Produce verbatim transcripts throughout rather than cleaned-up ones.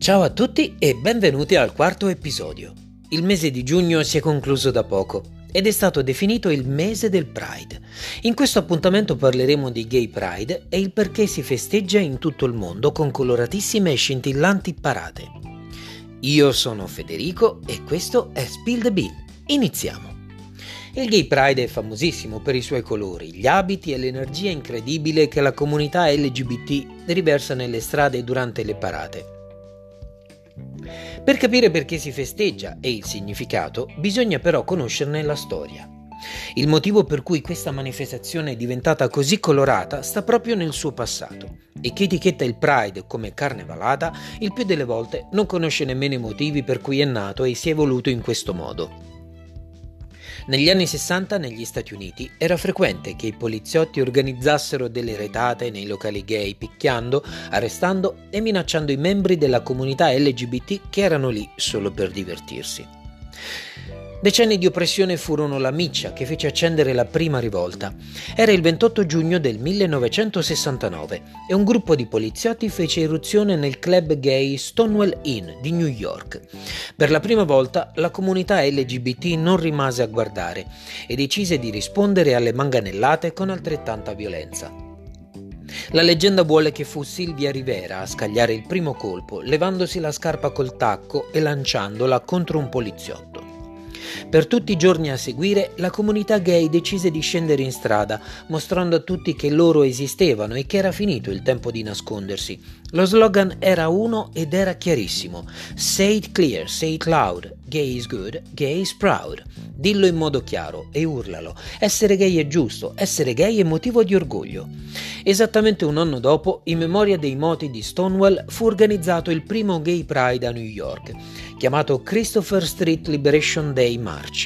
Ciao a tutti e benvenuti al quarto episodio. Il mese di giugno si è concluso da poco ed è stato definito il mese del Pride. In questo appuntamento parleremo di Gay Pride e il perché si festeggia in tutto il mondo con coloratissime e scintillanti parate. Io sono Federico e questo è Spill the Bean. Iniziamo! Il Gay Pride è famosissimo per i suoi colori, gli abiti e l'energia incredibile che la comunità L G B T riversa nelle strade durante le parate. Per capire perché si festeggia e il significato, bisogna però conoscerne la storia. Il motivo per cui questa manifestazione è diventata così colorata sta proprio nel suo passato, e chi etichetta il Pride come carnevalata, il più delle volte non conosce nemmeno i motivi per cui è nato e si è evoluto in questo modo. Negli anni sessanta negli Stati Uniti era frequente che i poliziotti organizzassero delle retate nei locali gay picchiando, arrestando e minacciando i membri della comunità L G B T che erano lì solo per divertirsi. Decenni di oppressione furono la miccia che fece accendere la prima rivolta. Era il ventotto giugno del millenovecentosessantanove e un gruppo di poliziotti fece irruzione nel club gay Stonewall Inn di New York. Per la prima volta la comunità L G B T non rimase a guardare e decise di rispondere alle manganellate con altrettanta violenza. La leggenda vuole che fu Sylvia Rivera a scagliare il primo colpo, levandosi la scarpa col tacco e lanciandola contro un poliziotto. Per tutti i giorni a seguire, la comunità gay decise di scendere in strada, mostrando a tutti che loro esistevano e che era finito il tempo di nascondersi. Lo slogan era uno ed era chiarissimo: Say it clear, say it loud, gay is good, gay is proud. Dillo in modo chiaro e urlalo. Essere gay è giusto, essere gay è motivo di orgoglio. Esattamente un anno dopo, in memoria dei moti di Stonewall, fu organizzato il primo Gay Pride a New York, chiamato Christopher Street Liberation Day March.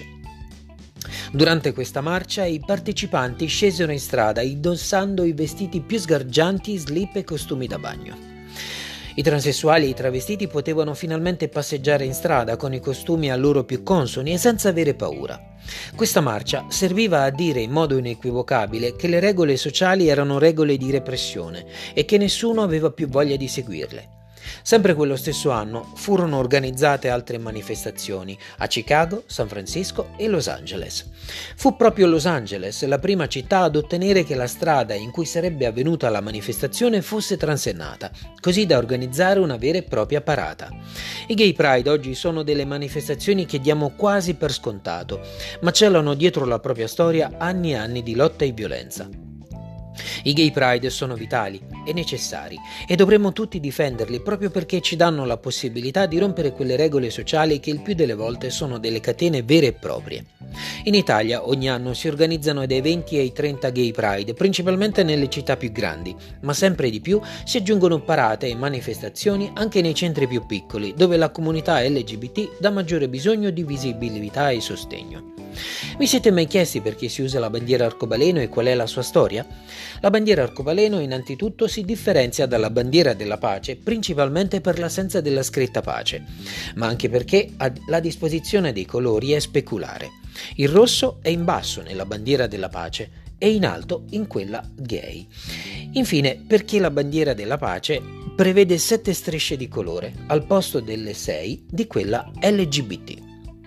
Durante questa marcia i partecipanti scesero in strada indossando i vestiti più sgargianti, slip e costumi da bagno. I transessuali e i travestiti potevano finalmente passeggiare in strada con i costumi a loro più consoni e senza avere paura. Questa marcia serviva a dire in modo inequivocabile che le regole sociali erano regole di repressione e che nessuno aveva più voglia di seguirle. Sempre quello stesso anno furono organizzate altre manifestazioni a Chicago, San Francisco e Los Angeles. Fu proprio Los Angeles la prima città ad ottenere che la strada in cui sarebbe avvenuta la manifestazione fosse transennata, così da organizzare una vera e propria parata. I Gay Pride oggi sono delle manifestazioni che diamo quasi per scontato, ma celano dietro la propria storia anni e anni di lotta e violenza. I Gay Pride sono vitali e necessari e dovremmo tutti difenderli proprio perché ci danno la possibilità di rompere quelle regole sociali che il più delle volte sono delle catene vere e proprie. In Italia ogni anno si organizzano dai venti ai trenta Gay Pride, principalmente nelle città più grandi, ma sempre di più si aggiungono parate e manifestazioni anche nei centri più piccoli, dove la comunità L G B T dà maggiore bisogno di visibilità e sostegno. Vi siete mai chiesti perché si usa la bandiera arcobaleno e qual è la sua storia? La bandiera arcobaleno innanzitutto si differenzia dalla bandiera della pace principalmente per l'assenza della scritta pace, ma anche perché la disposizione dei colori è speculare. Il rosso è in basso nella bandiera della pace e in alto in quella gay. Infine, perché la bandiera della pace prevede sette strisce di colore al posto delle sei di quella L G B T.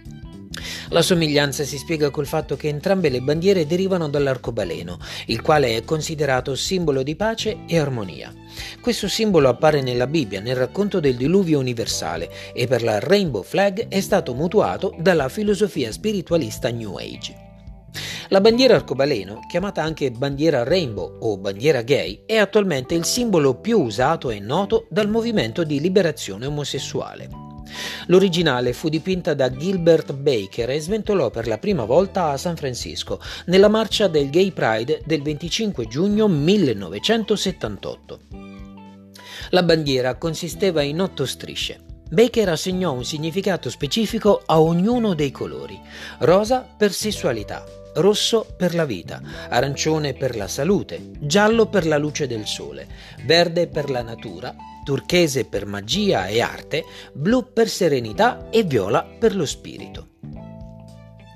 La somiglianza si spiega col fatto che entrambe le bandiere derivano dall'arcobaleno, il quale è considerato simbolo di pace e armonia. Questo simbolo appare nella Bibbia nel racconto del diluvio universale e per la Rainbow Flag è stato mutuato dalla filosofia spiritualista New Age. La bandiera arcobaleno, chiamata anche bandiera rainbow o bandiera gay, è attualmente il simbolo più usato e noto dal movimento di liberazione omosessuale. L'originale fu dipinta da Gilbert Baker e sventolò per la prima volta a San Francisco, nella marcia del Gay Pride del venticinque giugno millenovecentosettantotto. La bandiera consisteva in otto strisce. Baker assegnò un significato specifico a ognuno dei colori: rosa per sessualità, rosso per la vita, arancione per la salute, giallo per la luce del sole, verde per la natura, turchese per magia e arte, blu per serenità e viola per lo spirito.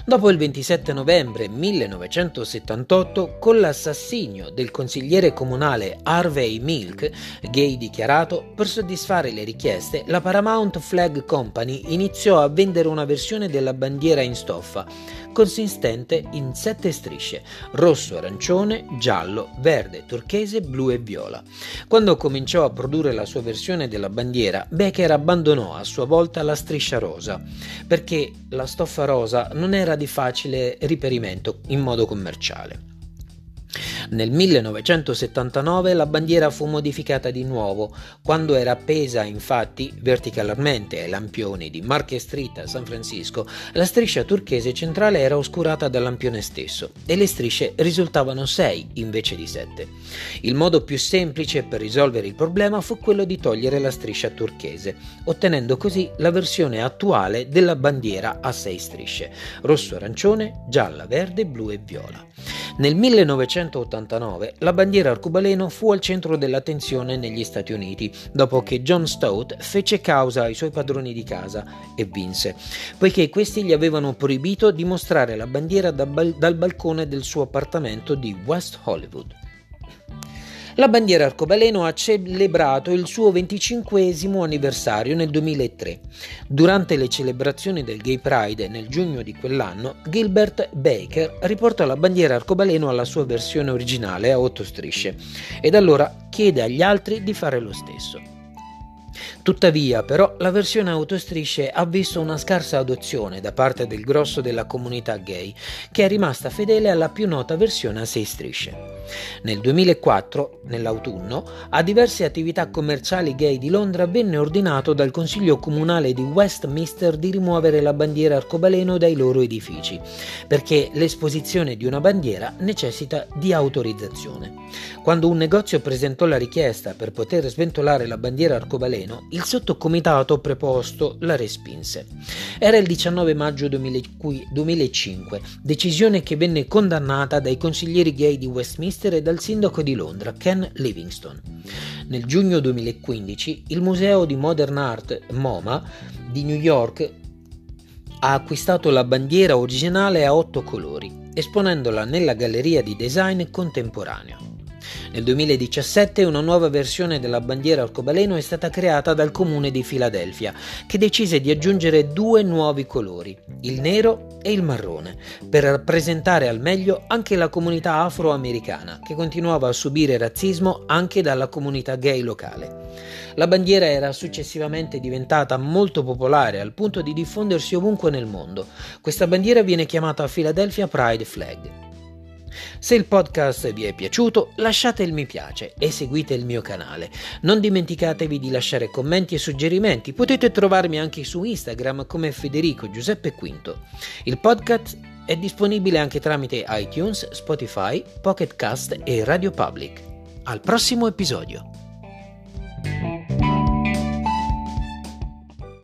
Dopo il ventisette novembre millenovecentosettantotto, con l'assassinio del consigliere comunale Harvey Milk, gay dichiarato, per soddisfare le richieste, la Paramount Flag Company iniziò a vendere una versione della bandiera in stoffa, consistente in sette strisce: rosso, arancione, giallo, verde, turchese, blu e viola. Quando cominciò a produrre la sua versione della bandiera, Baker abbandonò a sua volta la striscia rosa, perché la stoffa rosa non era di facile reperimento in modo commerciale. Nel millenovecentosettantanove la bandiera fu modificata di nuovo, quando era appesa infatti verticalmente ai lampioni di Market Street a San Francisco. La striscia turchese centrale era oscurata dal lampione stesso e le strisce risultavano sei invece di sette. Il modo più semplice per risolvere il problema fu quello di togliere la striscia turchese, ottenendo così la versione attuale della bandiera a sei strisce: rosso, arancione, gialla, verde, blu e viola. Nel millenovecentottantanove la bandiera arcobaleno fu al centro dell'attenzione negli Stati Uniti, dopo che John Stout fece causa ai suoi padroni di casa e vinse, poiché questi gli avevano proibito di mostrare la bandiera da bal- dal balcone del suo appartamento di West Hollywood. La bandiera arcobaleno ha celebrato il suo venticinquesimo anniversario nel duemilatré. Durante le celebrazioni del Gay Pride nel giugno di quell'anno, Gilbert Baker riportò la bandiera arcobaleno alla sua versione originale a otto strisce, ed allora chiede agli altri di fare lo stesso. Tuttavia, però, la versione a otto strisce ha visto una scarsa adozione da parte del grosso della comunità gay, che è rimasta fedele alla più nota versione a sei strisce. Nel duemilaquattro, nell'autunno, a diverse attività commerciali gay di Londra venne ordinato dal Consiglio Comunale di Westminster di rimuovere la bandiera arcobaleno dai loro edifici, perché l'esposizione di una bandiera necessita di autorizzazione. Quando un negozio presentò la richiesta per poter sventolare la bandiera arcobaleno, il sottocomitato preposto la respinse. Era il diciannove maggio duemilacinque, decisione che venne condannata dai consiglieri gay di Westminster e dal sindaco di Londra, Ken Livingstone. Nel giugno duemilaquindici, il Museo di Modern Art MoMA di New York ha acquistato la bandiera originale a otto colori, esponendola nella galleria di design contemporaneo. Nel duemiladiciassette una nuova versione della bandiera arcobaleno è stata creata dal comune di Filadelfia, che decise di aggiungere due nuovi colori, il nero e il marrone, per rappresentare al meglio anche la comunità afroamericana, che continuava a subire razzismo anche dalla comunità gay locale. La bandiera era successivamente diventata molto popolare al punto di diffondersi ovunque nel mondo. Questa bandiera viene chiamata Philadelphia Pride Flag. Se il podcast vi è piaciuto, lasciate il mi piace e seguite il mio canale. Non dimenticatevi di lasciare commenti e suggerimenti. Potete trovarmi anche su Instagram come Federico Giuseppe Quinto. Il podcast è disponibile anche tramite iTunes, Spotify, Pocket Cast e Radio Public. Al prossimo episodio!